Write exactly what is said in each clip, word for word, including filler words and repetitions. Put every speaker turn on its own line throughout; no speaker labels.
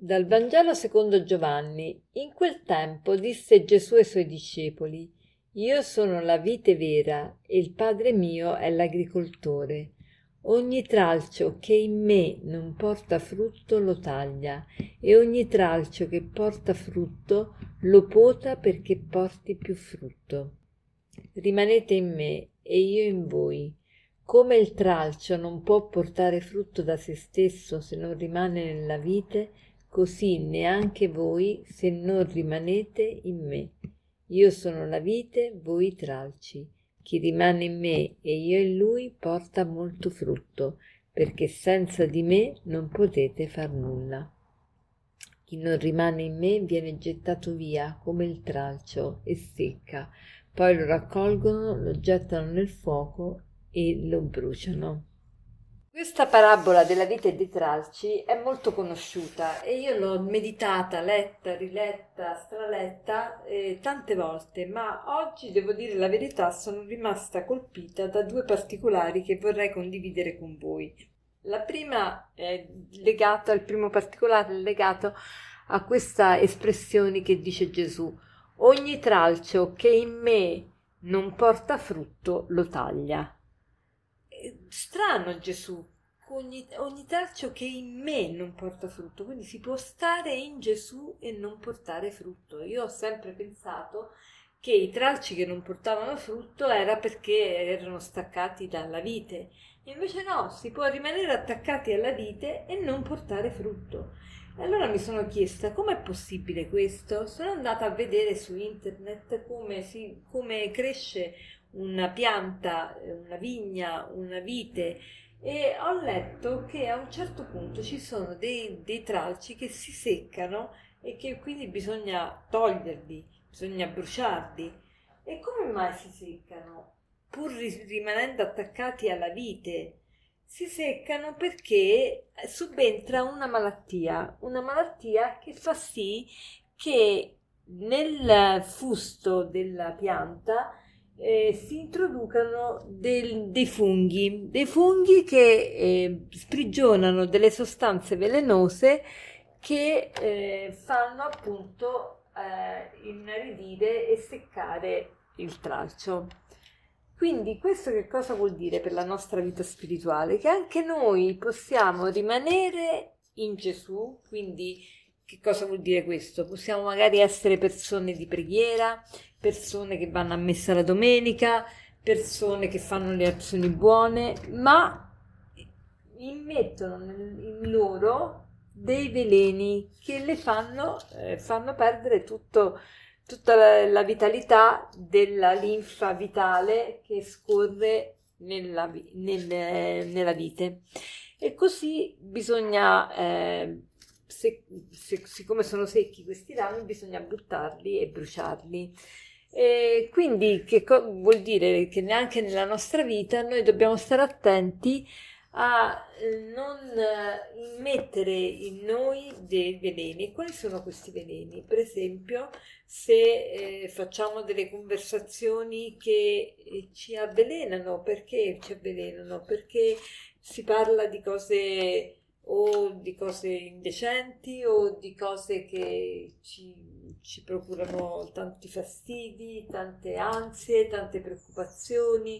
Dal Vangelo secondo Giovanni. In quel tempo disse Gesù ai suoi discepoli: Io sono la vite vera e il Padre mio è l'agricoltore. Ogni tralcio che in me non porta frutto lo taglia, e ogni tralcio che porta frutto lo pota perché porti più frutto. Rimanete in me e io in voi. Come il tralcio non può portare frutto da se stesso se non rimane nella vite, così neanche voi se non rimanete in me. Io sono la vite, voi i tralci. Chi rimane in me e io in lui porta molto frutto, perché senza di me non potete far nulla. Chi non rimane in me viene gettato via come il tralcio e secca. Poi lo raccolgono, lo gettano nel fuoco e lo bruciano. Questa parabola della vite e dei tralci è molto conosciuta e io l'ho meditata, letta, riletta, straletta eh, tante volte, ma oggi, devo dire la verità, sono rimasta colpita da due particolari che vorrei condividere con voi. La prima è legata, il primo particolare è legato a questa espressione che dice Gesù: ogni tralcio che in me non porta frutto lo taglia. Strano Gesù, ogni, ogni tralcio che in me non porta frutto, quindi si può stare in Gesù e non portare frutto. Io ho sempre pensato che i tralci che non portavano frutto era perché erano staccati dalla vite, invece no, si può rimanere attaccati alla vite e non portare frutto. E allora mi sono chiesta: com'è possibile questo? Sono andata a vedere su internet come, si, come cresce una pianta, una vigna, una vite, e ho letto che a un certo punto ci sono dei, dei tralci che si seccano e che quindi bisogna toglierli, bisogna bruciarli. E come mai si seccano? Pur rimanendo attaccati alla vite, si seccano perché subentra una malattia, una malattia che fa sì che nel fusto della pianta Eh, si introducano del, dei funghi, dei funghi che eh, sprigionano delle sostanze velenose che eh, fanno appunto eh, inaridire e seccare il tralcio. Quindi questo che cosa vuol dire per la nostra vita spirituale? Che anche noi possiamo rimanere in Gesù, quindi che cosa vuol dire questo? Possiamo magari essere persone di preghiera, persone che vanno a messa la domenica, persone che fanno le azioni buone, ma immettono in loro dei veleni che le fanno, eh, fanno perdere tutto, tutta la, la vitalità della linfa vitale che scorre nella, nel, nella vite. E così bisogna... Eh, Se, se, siccome sono secchi questi rami, bisogna buttarli e bruciarli. E quindi che co- vuol dire che neanche nella nostra vita noi dobbiamo stare attenti a non immettere in noi dei veleni. Quali sono questi veleni? Per esempio, se eh, facciamo delle conversazioni che ci avvelenano. Perché ci avvelenano? Perché si parla di cose o di cose indecenti o di cose che ci, ci procurano tanti fastidi, tante ansie, tante preoccupazioni,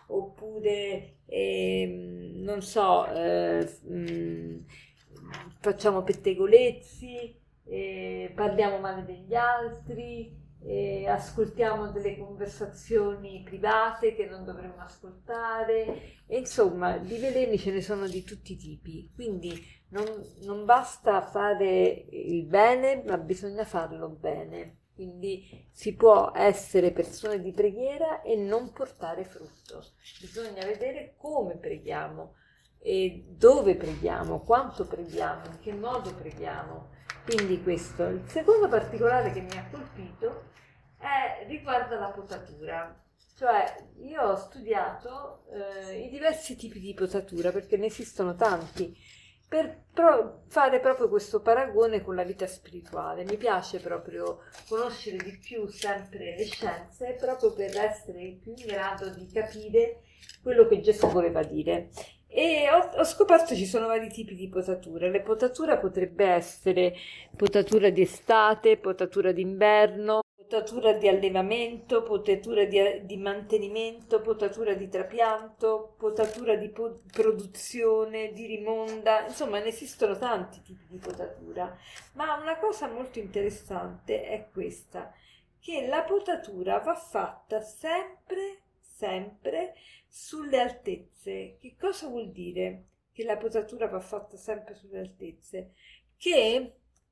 oppure ehm, non so, eh, mh, facciamo pettegolezzi, eh, parliamo male degli altri, eh, ascoltiamo delle conversazioni private che non dovremmo ascoltare. E insomma, di veleni ce ne sono di tutti i tipi, quindi non, non basta fare il bene, ma bisogna farlo bene. Quindi si può essere persone di preghiera e non portare frutto. Bisogna vedere come preghiamo, e dove preghiamo, quanto preghiamo, in che modo preghiamo. Quindi questo. Il secondo particolare che mi ha colpito è riguarda la potatura. Cioè, io ho studiato eh, i diversi tipi di potatura, perché ne esistono tanti, per pro- fare proprio questo paragone con la vita spirituale. Mi piace proprio conoscere di più sempre le scienze, proprio per essere più in grado di capire quello che Gesù voleva dire. E ho, ho scoperto ci sono vari tipi di potatura. La potatura potrebbe essere potatura di estate, potatura d'inverno, potatura di allevamento, potatura di, di mantenimento, potatura di trapianto, potatura di po- produzione, di rimonda, insomma ne esistono tanti tipi di potatura. Ma una cosa molto interessante è questa, che la potatura va fatta sempre, sempre sulle altezze. Che cosa vuol dire che la potatura va fatta sempre sulle altezze? Che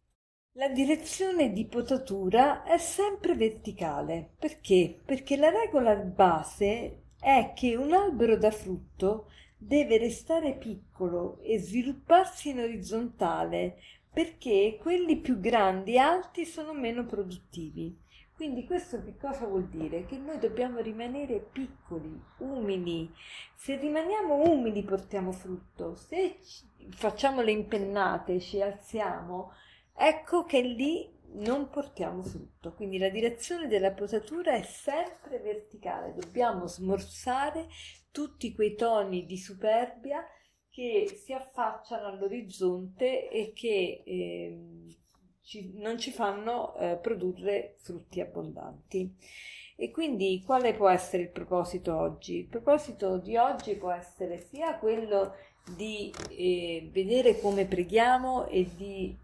la direzione di potatura è sempre verticale. Perché? Perché la regola base è che un albero da frutto deve restare piccolo e svilupparsi in orizzontale, perché quelli più grandi e alti sono meno produttivi. Quindi questo che cosa vuol dire? Che noi dobbiamo rimanere piccoli, umili. Se rimaniamo umili portiamo frutto, se facciamo le impennate, ci alziamo, ecco che lì non portiamo frutto. Quindi la direzione della potatura è sempre verticale, dobbiamo smorzare tutti quei toni di superbia che si affacciano all'orizzonte e che eh, ci, non ci fanno eh, produrre frutti abbondanti. E quindi quale può essere il proposito oggi? Il proposito di oggi può essere sia quello di eh, vedere come preghiamo e di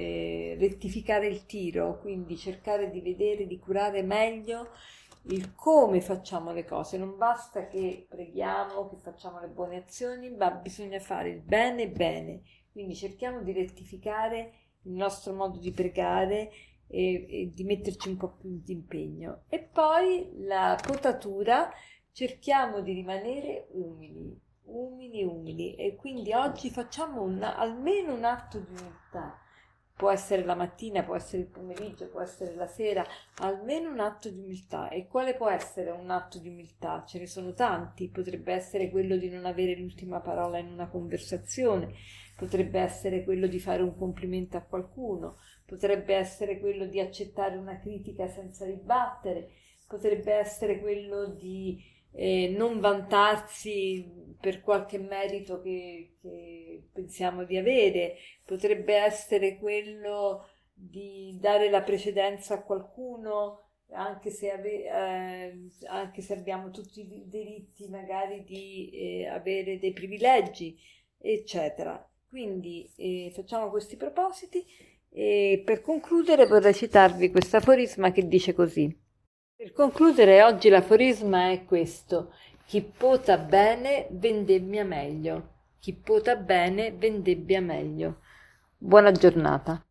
eh, rettificare il tiro, quindi cercare di vedere, di curare meglio il come facciamo le cose. Non basta che preghiamo, che facciamo le buone azioni, ma bisogna fare il bene bene. Quindi cerchiamo di rettificare il nostro modo di pregare e, e di metterci un po' più di impegno. E poi la potatura, cerchiamo di rimanere umili, umili, umili. E quindi oggi facciamo un, almeno un atto di umiltà. Può essere la mattina, può essere il pomeriggio, può essere la sera, almeno un atto di umiltà. E quale può essere un atto di umiltà? Ce ne sono tanti. Potrebbe essere quello di non avere l'ultima parola in una conversazione, potrebbe essere quello di fare un complimento a qualcuno, potrebbe essere quello di accettare una critica senza ribattere, potrebbe essere quello di eh, non vantarsi per qualche merito che, che pensiamo di avere, potrebbe essere quello di dare la precedenza a qualcuno anche se, ave, eh, anche se abbiamo tutti i diritti magari di eh, avere dei privilegi, eccetera. Quindi eh, facciamo questi propositi e per concludere vorrei citarvi questo aforisma che dice così. Per concludere oggi l'aforisma è questo: chi pota bene vendemmia meglio, chi pota bene vendebbia meglio. Buona giornata.